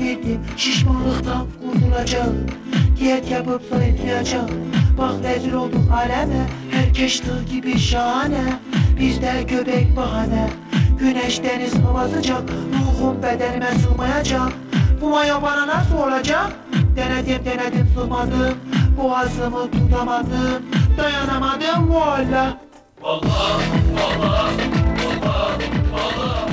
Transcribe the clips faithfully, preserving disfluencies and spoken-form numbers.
yedim, şişmanlıktan kurtulacağım. Diyet yapıp zayıflayacağım. Bak rezil olduk aleme, herkes tığ gibi şahane. Bizde göbek bahane, güneş deniz hava sıcak. Ruhum bedenime sığmayacak. Bu mayo bana nasıl olacak? Denedim denedim sığmadım, boğazımı tutamadım, dayanamadım valla. Allah Allah Allah Allah.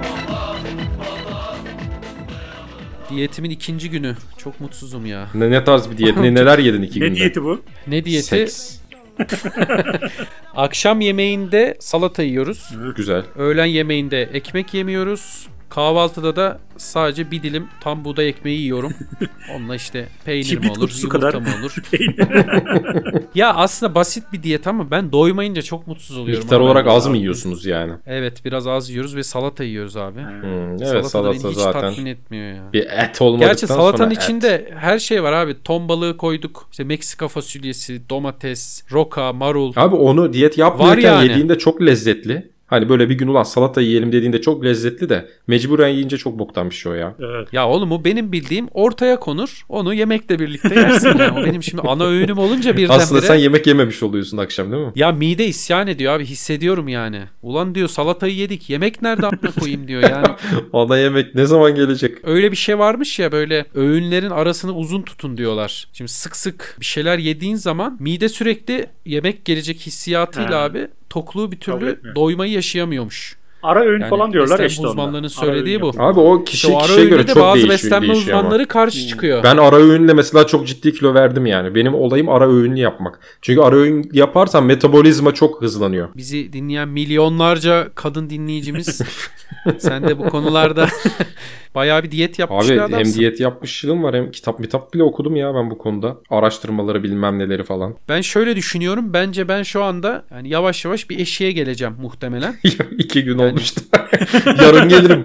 Diyetimin ikinci günü. Çok mutsuzum ya. Ne, ne tarz bir diyet? Ne, neler yedin iki günde? Ne diyeti bu? Ne diyeti? Seks. Akşam yemeğinde salata yiyoruz. Güzel. Öğlen yemeğinde ekmek yemiyoruz. Kahvaltıda da sadece bir dilim tam buğday ekmeği yiyorum. Onunla işte peynir mi Kibrit olur, kutusu yumurta kadar mı olur? Ya aslında basit bir diyet ama ben doymayınca çok mutsuz oluyorum. Miktar abi. olarak az mı yiyorsunuz yani? Evet, biraz az yiyoruz ve salata yiyoruz abi. Hmm, evet, salata, salata beni hiç zaten tatmin etmiyor ya. bir et olmadıktan Gerçi salatanın sonra içinde et. her şey var abi. Ton balığı koyduk. İşte Meksika fasulyesi, domates, roka, marul. Abi onu diyet yapmıyorken yani. yediğinde çok lezzetli. Hani böyle bir gün ulan salata yiyelim dediğinde çok lezzetli de mecburen yiyince çok boktan bir şey o ya. Evet. Ya oğlum o benim bildiğim ortaya konur. Onu yemekle birlikte yersin ya. O benim şimdi ana öğünüm olunca birdenbire. Aslında sen yemek yememiş oluyorsun akşam değil mi? Ya mide isyan ediyor abi, hissediyorum yani. Ulan diyor salatayı yedik. Yemek nerede amına koyayım diyor yani. Ana yemek ne zaman gelecek? Öyle bir şey varmış ya, böyle öğünlerin arasını uzun tutun diyorlar. Şimdi sık sık bir şeyler yediğin zaman mide sürekli yemek gelecek hissiyatıyla Ha. abi tokluğu bir Kabul türlü etmiyor. doymayı yaşayamıyormuş. Ara öğün Yani falan diyorlar ya beslenme işte onlar. uzmanlarının Ara söylediği öğün bu. yapıyor. Abi o kişi İşte o ara kişiye göre öğünde de çok bazı değişiyor, beslenme değişiyor ama. uzmanları karşı çıkıyor. Ben ara öğünle mesela çok ciddi kilo verdim yani. Benim olayım ara öğünlü yapmak. Çünkü ara öğün yaparsan metabolizma çok hızlanıyor. Bizi dinleyen milyonlarca kadın dinleyicimiz sen de bu konularda bayağı bir diyet yapmış Abi bir hem adamsın. diyet yapmışlığım var hem kitap mitap bile okudum ya ben bu konuda. Araştırmaları bilmem neleri falan. Ben şöyle düşünüyorum. Bence ben şu anda yani yavaş yavaş bir eşiğe geleceğim muhtemelen. İki gün Yani- olmuştu. Yarın gelirim.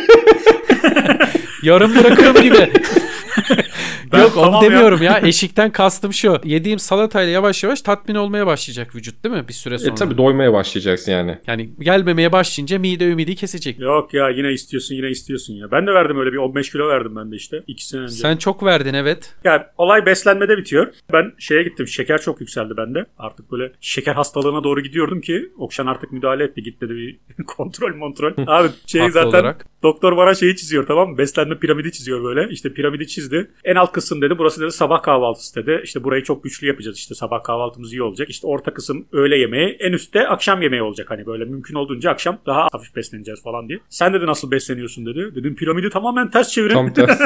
Yarım bırakırım gibi. Ben Yok tamam onu ya. demiyorum ya. Eşikten kastım şu. Yediğim salatayla yavaş yavaş tatmin olmaya başlayacak vücut değil mi? Bir süre sonra. E tabi doymaya başlayacaksın yani. Yani gelmemeye başlayınca mide ümidi kesecek. Yok ya yine istiyorsun yine istiyorsun ya. Ben de verdim öyle bir on beş kilo verdim ben de işte. iki sene önce. Sen çok verdin evet. Yani olay beslenmede bitiyor. Ben şeye gittim. Şeker çok yükseldi bende. Artık böyle şeker hastalığına doğru gidiyordum ki Okşan artık müdahale etti. Git dedi bir kontrol kontrol. Abi şey Haklı zaten olarak. doktor bana şeyi çiziyor tamam mı? Beslenme piramidi çiziyor böyle. İşte piramidi çizdi. En alt kısım dedi. Burası dedi sabah kahvaltısı dedi. İşte burayı çok güçlü yapacağız. İşte sabah kahvaltımız iyi olacak. İşte orta kısım öğle yemeği. En üstte akşam yemeği olacak. Hani böyle mümkün olduğunca akşam daha hafif besleneceğiz falan diye. Sen dedi nasıl besleniyorsun dedi. Dedim piramidi tamamen ters çevirin. Tam tersi.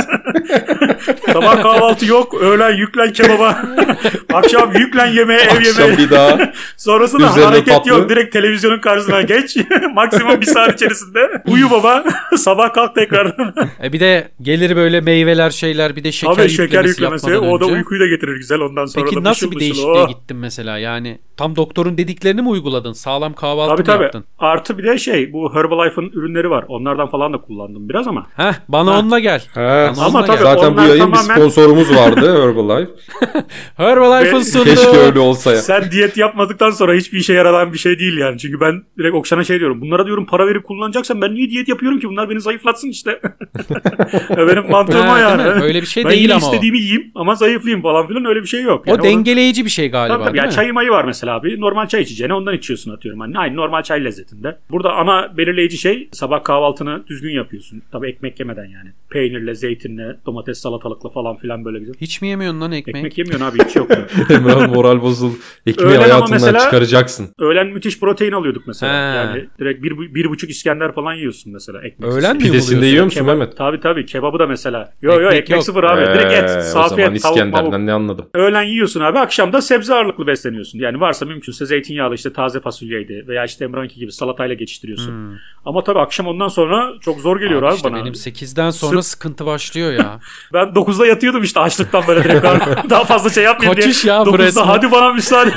Sabah kahvaltı yok. Öğlen yüklen kebaba. Akşam yüklen yemeğe, ev Akşam yemeği. bir daha. Sonrasında üzerine hareket tatlı. yok. Direkt televizyonun karşısına geç. Maksimum bir saat içerisinde. Uyu baba. Sabah kalk tekrar. E bir de gelir böyle meyveler şeyler, bir de şeker Tabii yüklemesi, şeker yüklemesi. yapmadan O da önce. uykuyu da getirir güzel. Ondan sonra Peki da nasıl mışıl bir mışıl. değişikliğe Oh. gittin mesela? Yani tam doktorun dediklerini mi uyguladın? Sağlam kahvaltı Tabii mı tabii. yaptın? Artı bir de şey bu Herbalife'ın ürünleri var. Onlardan falan da kullandım biraz ama. Heh, bana Ha. onunla gel. He, Bana Ama onunla tabii gel. zaten bu onlar yayın bir tamamen- sponsorumuz vardı Herbalife. Herbalife'ın Ve- sunduğu. Keşke öyle olsa ya. Sen diyet yapmadıktan sonra hiçbir işe yaradan bir şey değil yani. Çünkü ben direkt Okşan'a şey diyorum. Bunlara diyorum para verip kullanacaksam ben niye diyet yapıyorum ki? Bunlar beni zayıflatsın işte. Ya benim mantığım Ha, o yani. değil mi? Öyle bir şey ben değil yine ama o. istediğimi yiyeyim ama zayıflayayım falan filan öyle bir şey yok. O Yani dengeleyici bir şey galiba Tabii tabii. değil Ya mi? çayı mayı var mesela abi. Normal çay içeceğine ondan içiyorsun atıyorum. Hani aynı normal çay lezzetinde. Burada ana belirleyici şey sabah kahvaltını düzgün yapıyorsun. Tabii ekmek yemeden yani. Peynirle, zeytinle, domates, salatalıkla falan filan böyle güzel. Hiç mi yemiyorsun lan ekmek? Ekmek yemiyorsun abi hiç yok. Emrah moral bozul. Ekmeği Öğlen ama hayatından mesela- çıkaracaksın. Öğlen müthiş protein alıyorduk mesela. He. Yani direkt bir, bir buçuk İskender falan yiyorsun mesela. Ekmek. Öğlen mi Pidesinde yumuluyorsun? yiyor musun Kebap, Mehmet? tabii tabii. Kebabı da mesela. Yo yo Ekmek ekmek, yok. sıfır abi. Direkt Ee, et. o Safi zaman et. Tavuk, mavuk. İskender'den ne anladım? Öğlen yiyorsun abi. Akşam da sebze ağırlıklı besleniyorsun. Yani varsa mümkünse zeytinyağlı işte taze fasulyeydi. Veya işte Emrah'ınki gibi salatayla geçiştiriyorsun. Hmm. Ama tabii akşam ondan sonra çok zor geliyor abi, işte bana. benim sekizden sonra Sırf- sıkıntı başlıyor ya. Ben dokuzda yatıyordum işte açlıktan böyle direkt. Daha fazla şey yapmayayım diye. Kaçış ya bu resmen. dokuzda hadi bana müsaade.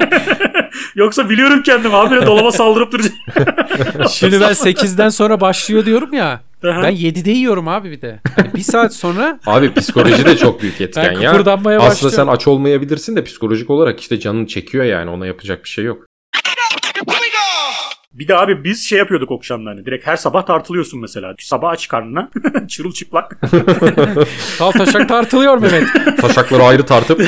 Yoksa biliyorum kendim abi böyle dolaba saldırıp duracağım. Şimdi ben sekizden sonra başlıyor diyorum ya. Aha. Ben yedide yiyorum abi bir de. Hani bir saat sonra Abi psikoloji de çok büyük etken Ben ya. kıpırdanmaya Aslında başlıyorum. sen aç olmayabilirsin de psikolojik olarak işte canın çekiyor yani ona yapacak bir şey yok. Bir de abi biz şey yapıyorduk okşamda hani. Direkt her sabah tartılıyorsun mesela. Sabah aç karnına. Çırılçıplak. Kal taşak tartılıyor Mehmet. Taşakları ayrı tartıp.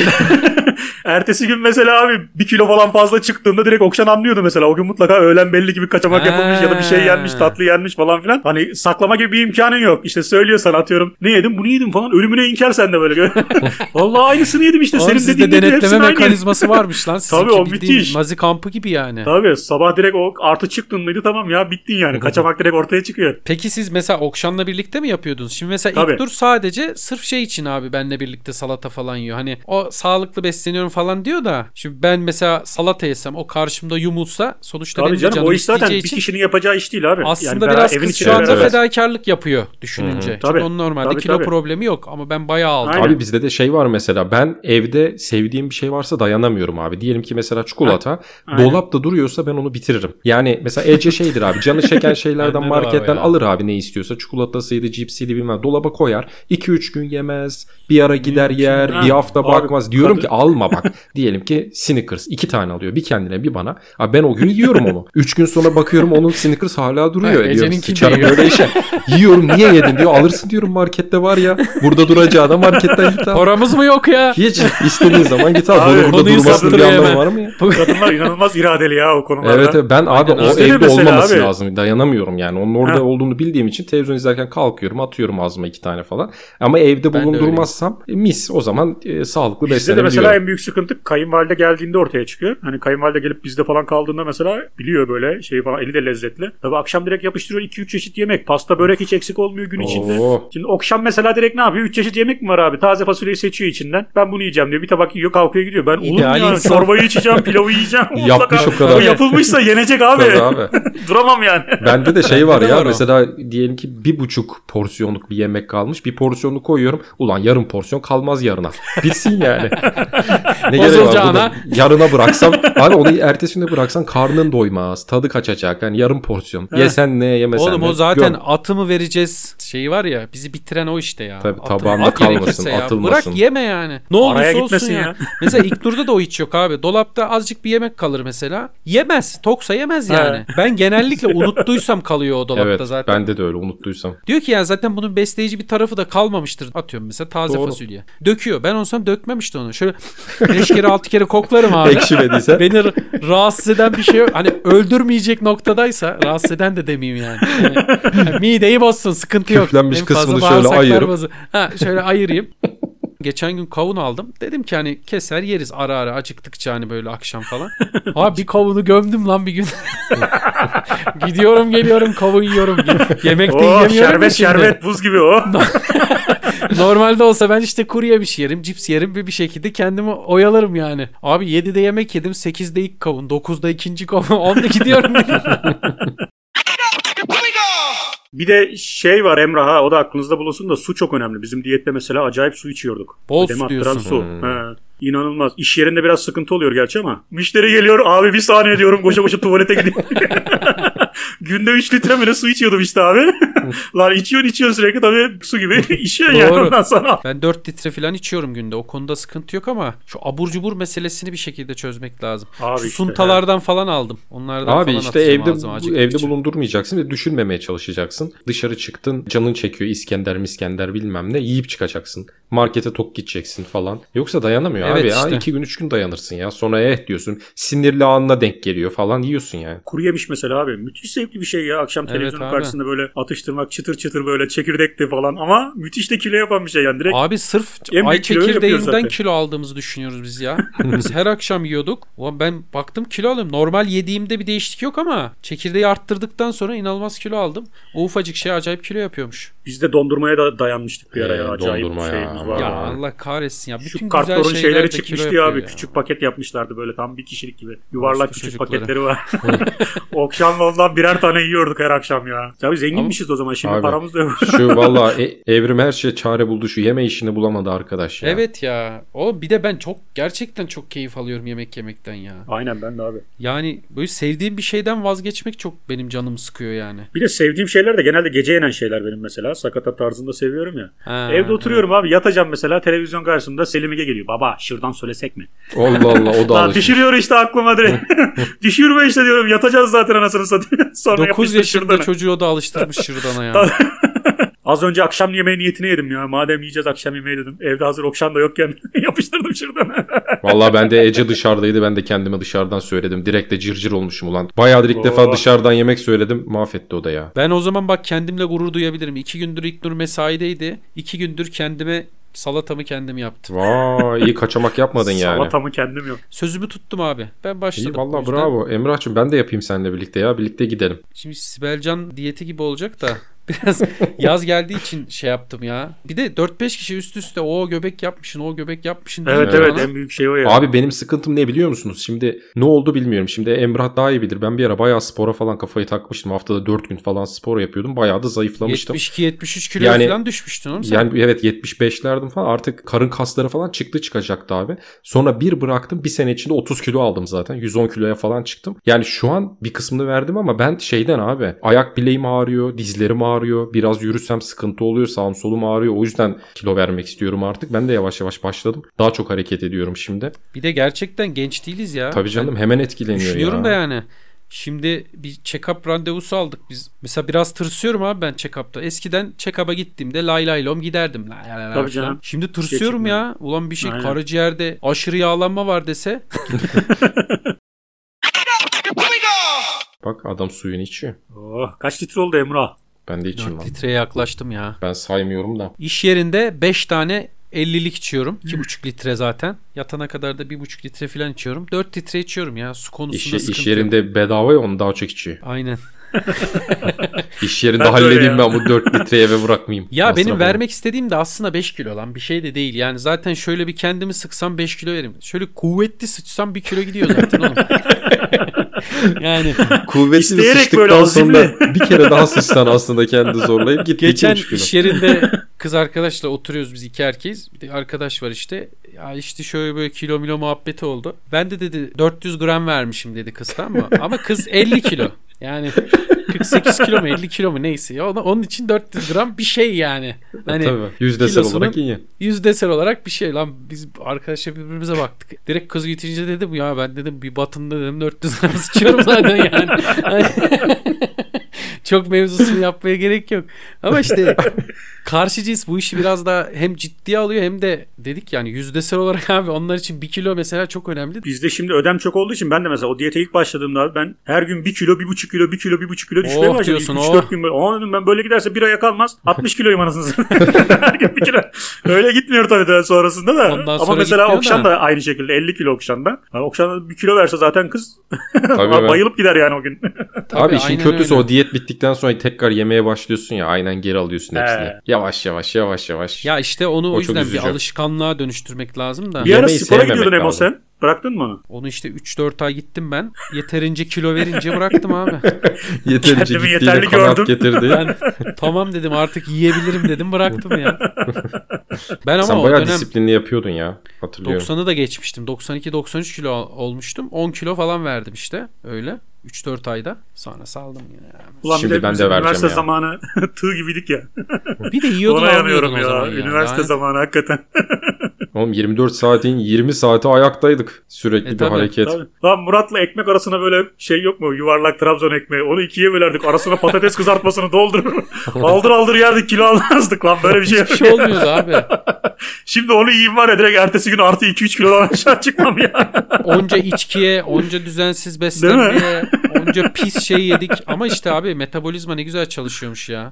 Ertesi gün mesela abi bir kilo falan fazla çıktığında direkt Okşan anlıyordu mesela. O gün mutlaka öğlen belli gibi kaçamak yapılmış ya da bir şey yenmiş, tatlı yenmiş falan filan. Hani saklama gibi bir imkanın yok. İşte söylüyor sana, atıyorum ne yedim bunu yedim falan. Ölümüne inkar sen de böyle. Vallahi aynısını yedim işte. Oğlum Senin sizde dediğin gibi denetleme hepsinin aynı. mekanizması varmış lan. Sizinki Tabii o bildiğin müthiş. Nazi kampı gibi yani. Tabii sabah direkt o artı çıktın mıydı tamam ya bittin yani. Kaçamak direkt ortaya çıkıyor. Peki siz mesela Okşan'la birlikte mi yapıyordunuz? Şimdi mesela Tabii. İlknur sadece sırf şey için abi benle birlikte salata falan yiyor. Hani o sağlıklı besleniyorum falan diyor da şimdi ben mesela salata yesem o karşımda yumulsa sonuçta Tabii benim de canım canım o iş zaten isteyeceği bir için kişinin yapacağı iş değil abi. aslında yani biraz evin kız içinde- şu anda evet. fedakarlık yapıyor düşününce. Hı hı. Çünkü Tabii. onun normalde Tabii, kilo tabii. problemi yok ama ben bayağı aldım. Aynen. Abi bizde de şey var mesela, ben evde sevdiğim bir şey varsa dayanamıyorum abi. Diyelim ki mesela çikolata Aynen. dolapta duruyorsa ben onu bitiririm. Yani mesela Ece şeydir abi, canı çeken şeylerden Bende de var marketten o ya. alır abi ne istiyorsa. Çikolatasıydı, cipsiydi bilmem, dolaba koyar. iki üç gün yemez. Bir ara gider yer. Ha. Bir hafta Abi, bakmaz. Diyorum kadın- ki alma bak. Diyelim ki Snickers iki tane alıyor. Bir kendine bir bana. Abi ben o gün yiyorum onu. üç gün sonra bakıyorum onun Snickers hala duruyor. Ha, diyorum Ece'ninki de sıçarım yiyor. böyle işe. Yiyorum, niye yedin diyor. Alırsın diyorum, markette var ya. Burada duracağına marketten git al. Paramız mı yok ya? Hiç istediğin zaman git al. Abi, Bunu burada konuyu durmasının bir saptırıyor anlamı hemen. var mı ya? Kadınlar inanılmaz iradeli ya o konularda. Evet evet. Ben abi Aynen o abi. evde Mesela olmaması abi. lazım. Dayanamıyorum yani. Onun orada Ha. olduğunu bildiğim için televizyon izlerken kalkıyorum, atıyorum ağzıma iki tane falan. Ama evde Ben de bulundurmazsam e, mis. O zaman e, sağlıklı Bizde de beslenebiliyorum. mesela en büyük sıkıntı kayınvalide geldiğinde ortaya çıkıyor. Hani kayınvalide gelip bizde falan kaldığında mesela biliyor böyle şeyi falan, eli de lezzetli. Tabii akşam direkt yapıştırıyor iki üç çeşit yemek. Pasta börek hiç eksik olmuyor gün içinde. Oo. Şimdi Okşam mesela direkt ne yapıyor? üç çeşit yemek mi var abi? Taze fasulyeyi seçiyor içinden. Ben bunu yiyeceğim diyor. Bir tabak yiyor, kalkıyor gidiyor. Ben olur mu İdeal ya? insan. Çorbayı içeceğim, pilavı yiyeceğim. Yapmış Mutlaka. o kadar. O yapılmışsa yenecek abi. Tabii abi. Duramam yani. Bende de şey var Bende de ya var o. mesela diyelim ki bir buçuk porsiyonluk bir yemek kalmış. Bir porsiyonu koyuyorum. Ulan yarım porsiyon kalmaz yarına. Bitsin yani. Ne gereği var Bozulacağına. burada? Yarına bıraksam abi onu ertesi güne bıraksan karnın doymaz. Tadı kaçacak. Yani yarım porsiyon. Yesen ne yemesen Oğlum ne. o zaten Gör. atı mı vereceğiz şeyi var ya bizi bitiren o işte ya. Tabii, Atı- tabağında at kalmasın, gerekirse ya. atılmasın. Bırak yeme yani. Ne Araya olursa olsun gitmesin ya. ya. Mesela İlknur'da da o hiç yok abi. Dolapta azıcık bir yemek kalır mesela. Yemez. Toksa yemez yani. Ben genellikle unuttuysam kalıyor o dolapta Evet zaten. bende de öyle unuttuysam. Diyor ki ya zaten bunun besleyici bir tarafı da kalmamıştır. Atıyorum mesela taze Doğru. fasulye. Döküyor. Ben olsam dökmemişti onu. Şöyle beş kere altı kere koklarım abi. Ekşimediyse. Beni r- rahatsız eden bir şey yok. Hani öldürmeyecek noktadaysa rahatsız eden de demeyeyim yani. Yani, yani mideyi bozsun sıkıntı yok. Küflenmiş En fazla kısmını şöyle bağırsaklar ayırıp. bozu- Ha, şöyle ayırayım. Geçen gün kavun aldım. Dedim ki hani keser yeriz ara ara acıktıkça hani böyle akşam falan. Abi bir kavunu gömdüm lan bir gün. Gidiyorum geliyorum kavun yiyorum. Yemekte Oo, yiyemiyorum ya şerbet şimdi. şerbet buz gibi o. Normalde olsa ben işte kuru yemiş yerim, cips yerim bir bir şekilde kendimi oyalarım yani. Abi yedide yemek yedim, sekizde ilk kavun, dokuzda ikinci kavun, onda gidiyorum. Bir de şey var Emrah ha, o da aklınızda bulunsun da su çok önemli. Bizim diyette mesela acayip su içiyorduk. Bol Ödemi su arttıran diyorsun. su. Hmm. He. İnanılmaz. İş yerinde biraz sıkıntı oluyor gerçi ama. Müşteri geliyor abi bir saniye diyorum koşa koşa tuvalete gideyim. Günde üç litre mi ne su içiyordum işte abi. Lan içiyorsun içiyorsun sürekli tabii su gibi işiyorsun yani Doğru. ondan sonra. Ben dört litre falan içiyorum günde. O konuda sıkıntı yok ama şu abur cubur meselesini bir şekilde çözmek lazım. Abi şu işte, suntalardan falan aldım. Onlardan Abi falan işte atacağım evde ağzıma bu- acıktıkça. evde bulundurmayacaksın ve düşünmemeye çalışacaksın. Dışarı çıktın, canın çekiyor İskender miskender bilmem ne, yiyip çıkacaksın. Markete tok gideceksin falan. Yoksa dayanamıyor Evet abi ya. işte. iki gün üç gün dayanırsın ya. Sonra eh diyorsun. Sinirli anına denk geliyor falan, yiyorsun yani. Kuru yemiş mesela abi. Müthiş zevkli bir şey ya. Akşam Evet televizyonun abi. karşısında böyle atıştırmak çıtır çıtır böyle çekirdekti falan. Ama müthiş de kilo yapan bir şey yani. Direkt Abi sırf En ay büyük kiloyu yapıyor çekirdeğinden zaten. kilo aldığımızı düşünüyoruz biz ya. Biz her akşam yiyorduk. Ulan ben baktım kilo alıyorum. Normal yediğimde bir değişiklik yok ama çekirdeği arttırdıktan sonra inanılmaz kilo aldım. O ufacık şey acayip kilo yapıyormuş. biz de dondurmaya da dayanmıştık bir ara ya. Ee, Acayip dondurma ya. şeyimiz var. Ya Aa. Allah kahretsin ya. Bütün Şu güzel kartların şeyler şeyleri de kilo çıkmıştı ya yapıyor abi. ya. Küçük paket yapmışlardı böyle tam bir kişilik gibi. Yuvarlak Orospu küçük çocukları. paketleri var. Okşanla ondan birer tane yiyorduk her akşam ya. Tabii zenginmişiz o zaman. Şimdi Abi, paramız da yok. Şu valla e- evrim her şeye çare buldu. Şu yeme işini bulamadı arkadaş ya. Evet ya. O bir de ben çok gerçekten çok keyif alıyorum yemek yemekten ya. Aynen ben de abi. Yani böyle sevdiğim bir şeyden vazgeçmek çok benim canımı sıkıyor yani. Bir de sevdiğim şeyler de genelde gece yenen şeyler benim mesela. sakatat tarzında seviyorum ya. Ha, Evde oturuyorum abi, yatacağım mesela, televizyon karşısında Selim Ege geliyor. Baba şırdan söylesek mi? Allah Allah, o da Lan alışmış. düşürüyor işte aklıma direkt. Düşürme işte diyorum, yatacağız zaten anasını satayım. Sonra dokuz yapıştır yaşında şırdana. çocuğu o da alıştırmış şırdana ya. Az önce akşam yemeği niyetine yedim ya. Madem yiyeceğiz akşam yemeği dedim. Evde hazır Okşan da yokken yapıştırdım şırdana. Vallahi ben de Ece dışarıdaydı. Ben de kendime dışarıdan söyledim. Direkt de cırcır olmuşum ulan. Bayağıdır ilk Oo. defa dışarıdan yemek söyledim. Mahvetti o da ya. Ben o zaman bak kendimle gurur duyabilirim. İki gündür İlknur mesaideydi. İki gündür kendime salatamı kendim yaptım. Vay, iyi kaçamak yapmadın yani. Salatamı kendim yok. Sözümü tuttum abi. Ben başladım. İyi vallahi O yüzden- bravo. Emrah'cığım ben de yapayım seninle birlikte ya. Birlikte gidelim. Şimdi Sibelcan diyeti gibi olacak da biraz yaz geldiği için şey yaptım ya. Bir de dört beş kişi üst üste o göbek yapmışsın, o göbek yapmışsın. Evet deyince evet bana- en büyük şey o ya. Abi benim sıkıntım ne biliyor musunuz? Şimdi ne oldu bilmiyorum. Şimdi Emrah daha iyi bilir. Ben bir ara bayağı spora falan kafayı takmıştım. Haftada dört gün falan spor yapıyordum. Bayağı da zayıflamıştım. yetmiş iki yetmiş üç kilo Yani- falan düşmüştün oğlum sen. Yani evet yetmiş beşlerdim falan. Artık karın kasları falan çıktı çıkacaktı abi. Sonra bir bıraktım. Bir sene içinde otuz kilo aldım zaten. yüz on kiloya falan çıktım. Yani şu an bir kısmını verdim ama ben şeyden abi. Ayak bileğim ağrıyor. Dizlerim ağrıyor. Biraz yürüsem sıkıntı oluyor. Sağım solum ağrıyor. O yüzden kilo vermek istiyorum artık. Ben de yavaş yavaş başladım. Daha çok hareket ediyorum şimdi. Bir de gerçekten genç değiliz ya. Tabii canım, hemen etkileniyor ya. Düşünüyorum da yani. Şimdi bir check-up randevusu aldık biz. Mesela biraz tırsıyorum abi ben check-up'ta. Eskiden check-up'a gittiğimde lay lay lom giderdim. Lay lay lay Tabii falan. canım. Şimdi tırsıyorum Şey ya. Ulan bir şey Aynen. karaciğerde aşırı yağlanma var dese. Bak adam suyunu içiyor. Oh, kaç litre oldu Emrah? Ben de içeyim dört lan. litreye yaklaştım ya. Ben saymıyorum da. İş yerinde beş tane ellilik içiyorum. iki buçuk litre zaten. Yatana kadar da bir buçuk litre falan içiyorum. dört litre içiyorum ya. Su konusunda İş, sıkıntı iş yok. yerinde bedava ya, onu daha çok içiyor. Aynen. İş yerinde Ben de öyle halledeyim ya. ben bu dört litreyi eve bırakmayayım. Ya Masraf benim olur. vermek istediğim de aslında beş kilo lan. Bir şey de değil. Yani zaten şöyle bir kendimi sıksam beş kilo veririm. Şöyle kuvvetli sıçsam bir kilo gidiyor zaten oğlum. Yani Kuvvetli İsteyerek sıçtıktan böyle azimli. sonra bir kere daha sıçsan aslında kendi zorlayıp git geçen iki buçuk kilo. iş yerinde kız arkadaşla oturuyoruz biz iki erkeğiz. Bir de arkadaş var işte. Ya işte şöyle böyle kilo milo muhabbeti oldu. Ben de dedi dört yüz gram vermişim dedi kız, tamam mı? Ama kız elli kilo. Yani kırk sekiz kilo mu elli kilo mu neyse. Ya ona- onun için dört yüz gram bir şey yani. Hani Tabii. Yüzdesel kilosunun- olarak iyi. yüzdesel olarak bir şey lan. Biz arkadaşlar birbirimize baktık. Direkt kız gitince dedim ya ben dedim bir batında dedim dört yüz gram sıçıyorum zaten yani. Hani çok mevzusunu yapmaya gerek yok. Ama işte karşı cins bu işi biraz daha hem ciddiye alıyor hem de dedik yani yüzdesel olarak abi onlar için bir kilo mesela çok önemli. Bizde şimdi ödem çok olduğu için ben de mesela o diyete ilk başladığımda abi ben her gün bir kilo, bir buçuk kilo, bir kilo, bir buçuk kilo düşmeye Oh başladım. diyorsun, üç oh. dört gün böyle. Aa dedim ben böyle giderse bir aya kalmaz. altmış kiloyum anasını satayım. Her gün bir kilo. Öyle gitmiyor tabii daha sonrasında da. Ondan Ama sonra mesela gitmiyor Okşan da. da aynı şekilde elli kilo Okşan'da. Yani Okşan bir kilo verse zaten kız Tabii ben- bayılıp gider yani o gün. Tabii, Abi işin aynen kötüsü öyle. o diyet bittikten sonra tekrar yemeye başlıyorsun ya, aynen geri alıyorsun hepsini. He. Yavaş yavaş yavaş yavaş. Ya işte onu O o, çok yüzden üzücü. bir alışkanlığa dönüştürmek lazım da. Bir ara Yemeği spora sevmemek gidiyordun Emo lazım. sen. Bıraktın mı onu? Onu işte üç dört ay gittim ben. Yeterince kilo verince bıraktım abi. Yeterince Kendimi gittiğine yeterli kanaat gördüm. getirdi. Ben tamam dedim artık yiyebilirim dedim bıraktım ya. Ben ama Sen o bayağı dönem disiplinli yapıyordun ya. Hatırlıyorum. doksanı da geçmiştim. doksan iki doksan üç kilo olmuştum. on kilo falan verdim işte öyle. üç dört ayda. Sonra saldım yine. Ulan Şimdi bir de ben biz de vereceğim üniversite ya. zamanı tığ gibiydik ya. Bir de yiyordun Ona almıyordun yanıyorum o ya. zaman ya. Üniversite Lanet. zamanı hakikaten. Oğlum yirmi dört saatin yirmi saati ayaktaydık. Sürekli E, bir tabii. hareket. Tabii. Lan Murat'la ekmek arasına böyle şey yok mu? Yuvarlak Trabzon ekmeği. Onu ikiye bölerdik. Arasına patates kızartmasını doldurur. aldır aldır yerdik. Kilo almazdık lan. Böyle bir şey yok. Hiçbir şey olmuyordu abi. Şimdi onu yiyeyim var ya direkt ertesi gün artı iki üç kilodan aşağı çıkmam ya. Onca içkiye, onca düzensiz beslenmeye, onca pis şey yedik. Ama işte abi metabolizma ne güzel çalışıyormuş ya.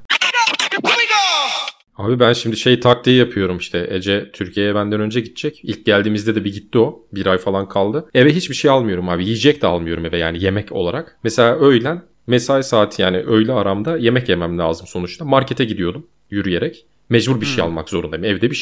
Abi ben şimdi şey taktiği yapıyorum işte. Ece Türkiye'ye benden önce gidecek. İlk geldiğimizde de bir gitti o. Bir ay falan kaldı. Eve hiçbir şey almıyorum abi. Yiyecek de almıyorum eve yani yemek olarak. Mesela öğlen mesai saati yani öğle aramda yemek yemem lazım sonuçta. Markete gidiyordum yürüyerek. Mecbur bir şey almak zorundayım. Evde bir şey yok.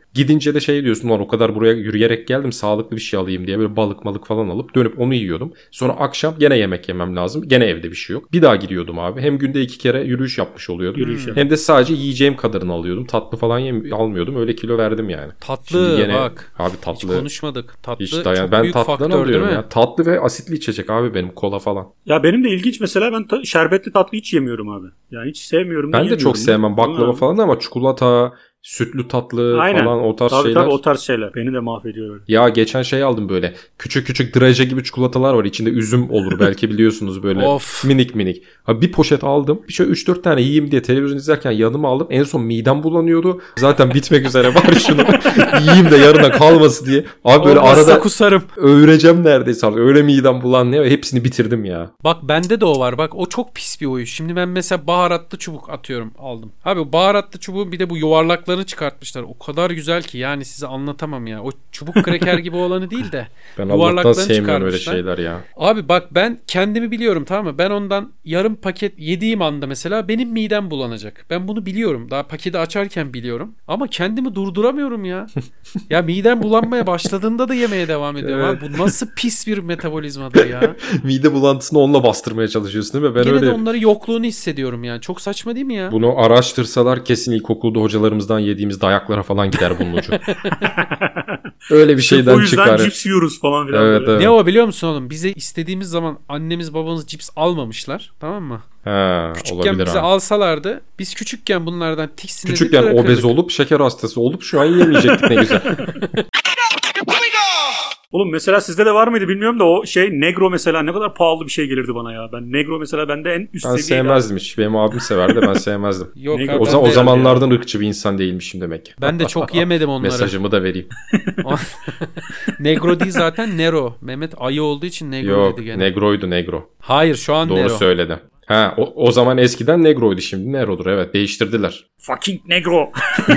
Gidince de şey diyorsun lan o kadar buraya yürüyerek geldim sağlıklı bir şey alayım diye böyle balık malık falan alıp dönüp onu yiyordum. Sonra akşam gene yemek yemem lazım. Gene evde bir şey yok. Bir daha gidiyordum abi. Hem günde iki kere yürüyüş yapmış oluyordum. Yürüyüş yap. Hem de sadece yiyeceğim kadarını alıyordum. Tatlı falan yem- almıyordum. Öyle kilo verdim yani. Tatlı Şimdi gene- bak. Abi Hiç tatlı. konuşmadık. Tatlı Hiç dayan. çok Ben büyük tatlıdan faktör değil alıyorum mi? ya. Tatlı ve asitli içecek abi benim kola falan. Ya benim de ilginç mesela ben ta- şerbetli tatlı hiç yemiyorum abi. Yani hiç sevmiyorum. da Ben de yemiyorum çok da. sevmem baklava Ama- falan ama çikolata, sütlü tatlı Aynen. falan o tarz Tabii şeyler. tabii o tarz şeyler. Beni de mahvediyor öyle. Ya geçen şey aldım böyle. Küçük küçük draje gibi çikolatalar var. İçinde üzüm olur belki biliyorsunuz böyle. Of. Minik minik. Ha, bir poşet aldım. Bir şöyle üç dört tane yiyeyim diye televizyon izlerken yanıma aldım. En son midem bulanıyordu. Zaten bitmek üzere var şunu. Yiyeyim de yarına kalması diye. Abi böyle Olmazsa arada kusarım. öğüreceğim neredeyse artık. Öyle midem bulanıyor. Hepsini bitirdim ya. Bak bende de o var. Bak o çok pis bir oyun. Şimdi ben mesela baharatlı çubuk atıyorum aldım. Abi o baharatlı çubuğun bir de bu yuvarlaklarını çıkartmışlar. O kadar güzel ki yani size anlatamam ya. O çubuk kraker gibi olanı değil de Ben Allah'tan yuvarlaklarını sevmiyorum öyle çıkarmışlar. şeyler ya. Abi bak ben kendimi biliyorum tamam mı? Ben ondan yarım paket yediğim anda mesela benim midem bulanacak. Ben bunu biliyorum. Daha paketi açarken biliyorum. Ama kendimi durduramıyorum ya. Ya midem bulanmaya başladığında da yemeye devam ediyorum. Evet. Abi bu nasıl pis bir metabolizmadır ya. Mide bulantısını onunla bastırmaya çalışıyorsun değil mi? Ben Gene öyle... de onların yokluğunu hissediyorum yani. Çok saçma değil mi ya? Bunu araştırsalar kesin ilkokulda hocalarımızdan yediğimiz dayaklara falan gider bunun ucu. Öyle bir Sırf şeyden o yüzden çıkar. cips yiyoruz falan filan. Evet, böyle. evet. Ne o biliyor musun oğlum? Bize istediğimiz zaman annemiz babamız cips almamışlar. Tamam mı? Ha, Küçükken olabilir bize abi. alsalardı biz küçükken bunlardan tiksinirdik. Küçükken bırakırdık. obez olup şeker hastası olup şu an yemeyecektik ne güzel. Oğlum mesela sizde de var mıydı bilmiyorum da o şey Negro mesela ne kadar pahalı bir şey gelirdi bana ya. Ben Negro mesela bende en üst Ben seviyeydi. sevmezdim hiç. Benim abim severdi ben sevmezdim. Yok Ne- abi, O, ben zaman, de- o zamanlardan ırkçı bir insan değilmişim demek ki. Ben de çok yemedim onları. Mesajımı da vereyim. Negro değil zaten Nero. Mehmet ayı olduğu için Negro Yok dedi gene. Negro'ydu Negro. Hayır şu an Doğru Nero. söyledi. Ha o, o zaman eskiden Negro'ydu şimdi Nero'dur evet değiştirdiler. Fucking Negro.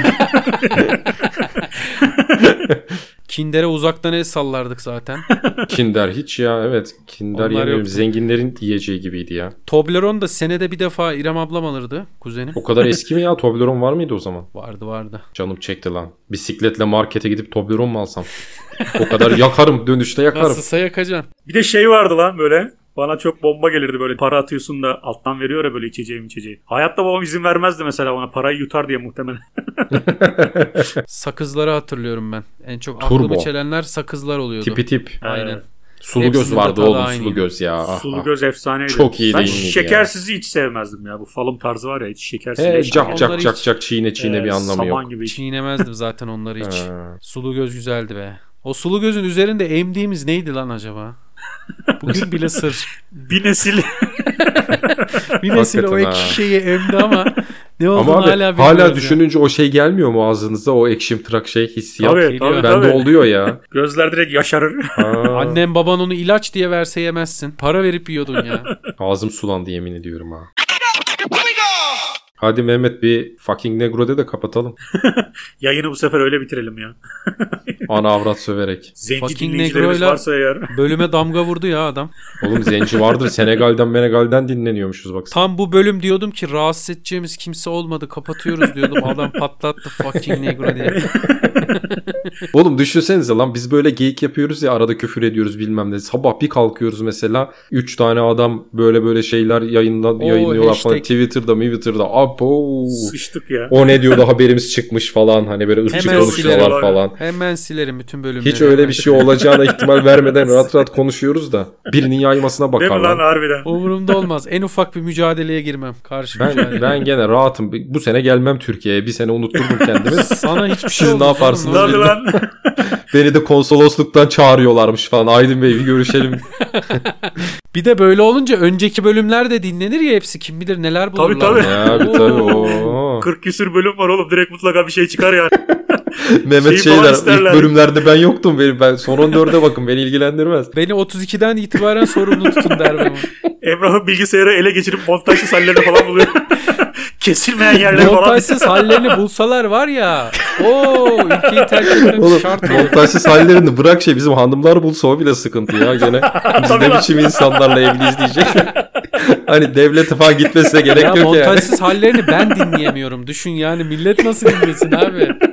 Kinder'e uzaktan el sallardık zaten. Kinder hiç ya evet Kinder Onlar yemiyorum. yoktu. Zenginlerin yiyeceği gibiydi ya. Toblerone da senede bir defa İrem ablam alırdı kuzenim. O kadar eski mi ya Toblerone var mıydı o zaman? Vardı vardı. Canım çekti lan. Bisikletle markete gidip Toblerone mu alsam? O kadar yakarım dönüşte yakarım. Nasılsa yakacaksın. Bir de şey vardı lan böyle. Bana çok bomba gelirdi böyle para atıyorsun da alttan veriyor ya böyle içeceğim içeceği. Hayatta babam izin vermezdi mesela bana parayı yutar diye muhtemelen. Sakızları hatırlıyorum ben. En çok Turbo. aklımı çelenler sakızlar oluyordu. Tipi tip. Aynen. Sulu Hepsinin göz de vardı tadı oğlum aynıydı. sulu göz ya. Ah, Sulu ah. göz efsaneydi. Çok iyi Ben değil miydi şekersizi hiç sevmezdim ya. Bu falım tarzı var ya hiç şekersiz. He, yaşamıyor. cak cak Onları cak hiç- cak çiğne çiğne Ee, bir anlamı saman yok. gibi. Çiğnemezdim zaten onları hiç. Ha. Sulu göz güzeldi be. O sulu gözün üzerinde emdiğimiz neydi lan acaba? Bugün bile sır. Bir nesil Bir nesil o Hakikaten ekşi ha. şeyi emdi ama ne olduğunu Ama abi hala hala, bilmiyoruz ya. düşününce o şey gelmiyor mu ağzınıza o ekşim tırak şey hissiyat. tabii geliyor. tabii Bende tabii. oluyor ya. Gözler direkt yaşarır. Ha. Annem baban onu ilaç diye verse yemezsin. Para verip yiyordun ya. Ağzım sulandı yemin ediyorum ha. Hadi Mehmet bir fucking negro de de kapatalım. Yayını bu sefer öyle bitirelim ya. Ana avrat söverek. Zenci Fucking dinleyicilerimiz Negro'yla- varsa eğer. Bölüme damga vurdu ya adam. Oğlum zenci vardır Senegal'den Menegal'den dinleniyormuşuz bak. Tam bu bölüm diyordum ki rahatsız edeceğimiz kimse olmadı kapatıyoruz diyordum. Adam patlattı fucking negro diye. Oğlum düşünsenize lan biz böyle geyik yapıyoruz ya arada küfür ediyoruz bilmem ne. Sabah bir kalkıyoruz mesela üç tane adam böyle böyle şeyler yayınla, Oo, yayınlıyorlar falan. hashtag. Twitter'da Twitter'da abo. Sıçtık ya. O ne diyordu haberimiz çıkmış falan hani böyle ırkçı Hemen konuşuyorlar silerim. falan. Hemen silerim bütün bölümleri. Hiç öyle hemen. bir şey olacağına ihtimal vermeden rahat rahat konuşuyoruz da birinin yaymasına Değil mi lan bakarlar. harbiden? Umurumda olmaz. En ufak bir mücadeleye girmem. Karşı Ben, mücadeleye. ben gene rahatım. Bu sene gelmem Türkiye'ye. Bir sene unutturdum kendimi. Sana hiçbir şey Siz ne olmaz. yaparsınız? oğlum. Tabii lan. Beni de konsolosluktan çağırıyorlarmış falan. Aydın Bey bir görüşelim. Bir de böyle olunca önceki bölümler de dinlenir ya hepsi. Kim bilir neler bulurlar. Tabii, tabii. Ya bir tabii o. kırk küsür bölüm var oğlum. Direkt mutlaka bir şey çıkar ya. Mehmet Şeyi falan şeyler isterler. ilk bölümlerde ben yoktum. Benim, ben son on dörde bakın beni ilgilendirmez. Beni otuz ikiden itibaren sorumlu tutun der bana. Emrah'ın bilgisayarı ele geçirip montajsız hallerini falan buluyor. Kesilmeyen yerleri falan. Montajsız hallerini bulsalar var ya. Oo ülkeyi terk etmem Oğlum şart olur. montajsız hallerini bırak şey bizim hanımlar bulsa o bile sıkıntı ya gene. Biz Tabii ne lan. biçim insanlarla evliyiz diyecek. Hani devlete falan gitmesine gerek Ya yok yani. montajsız hallerini ben dinleyemiyorum. Düşün yani millet nasıl dinlesin abi.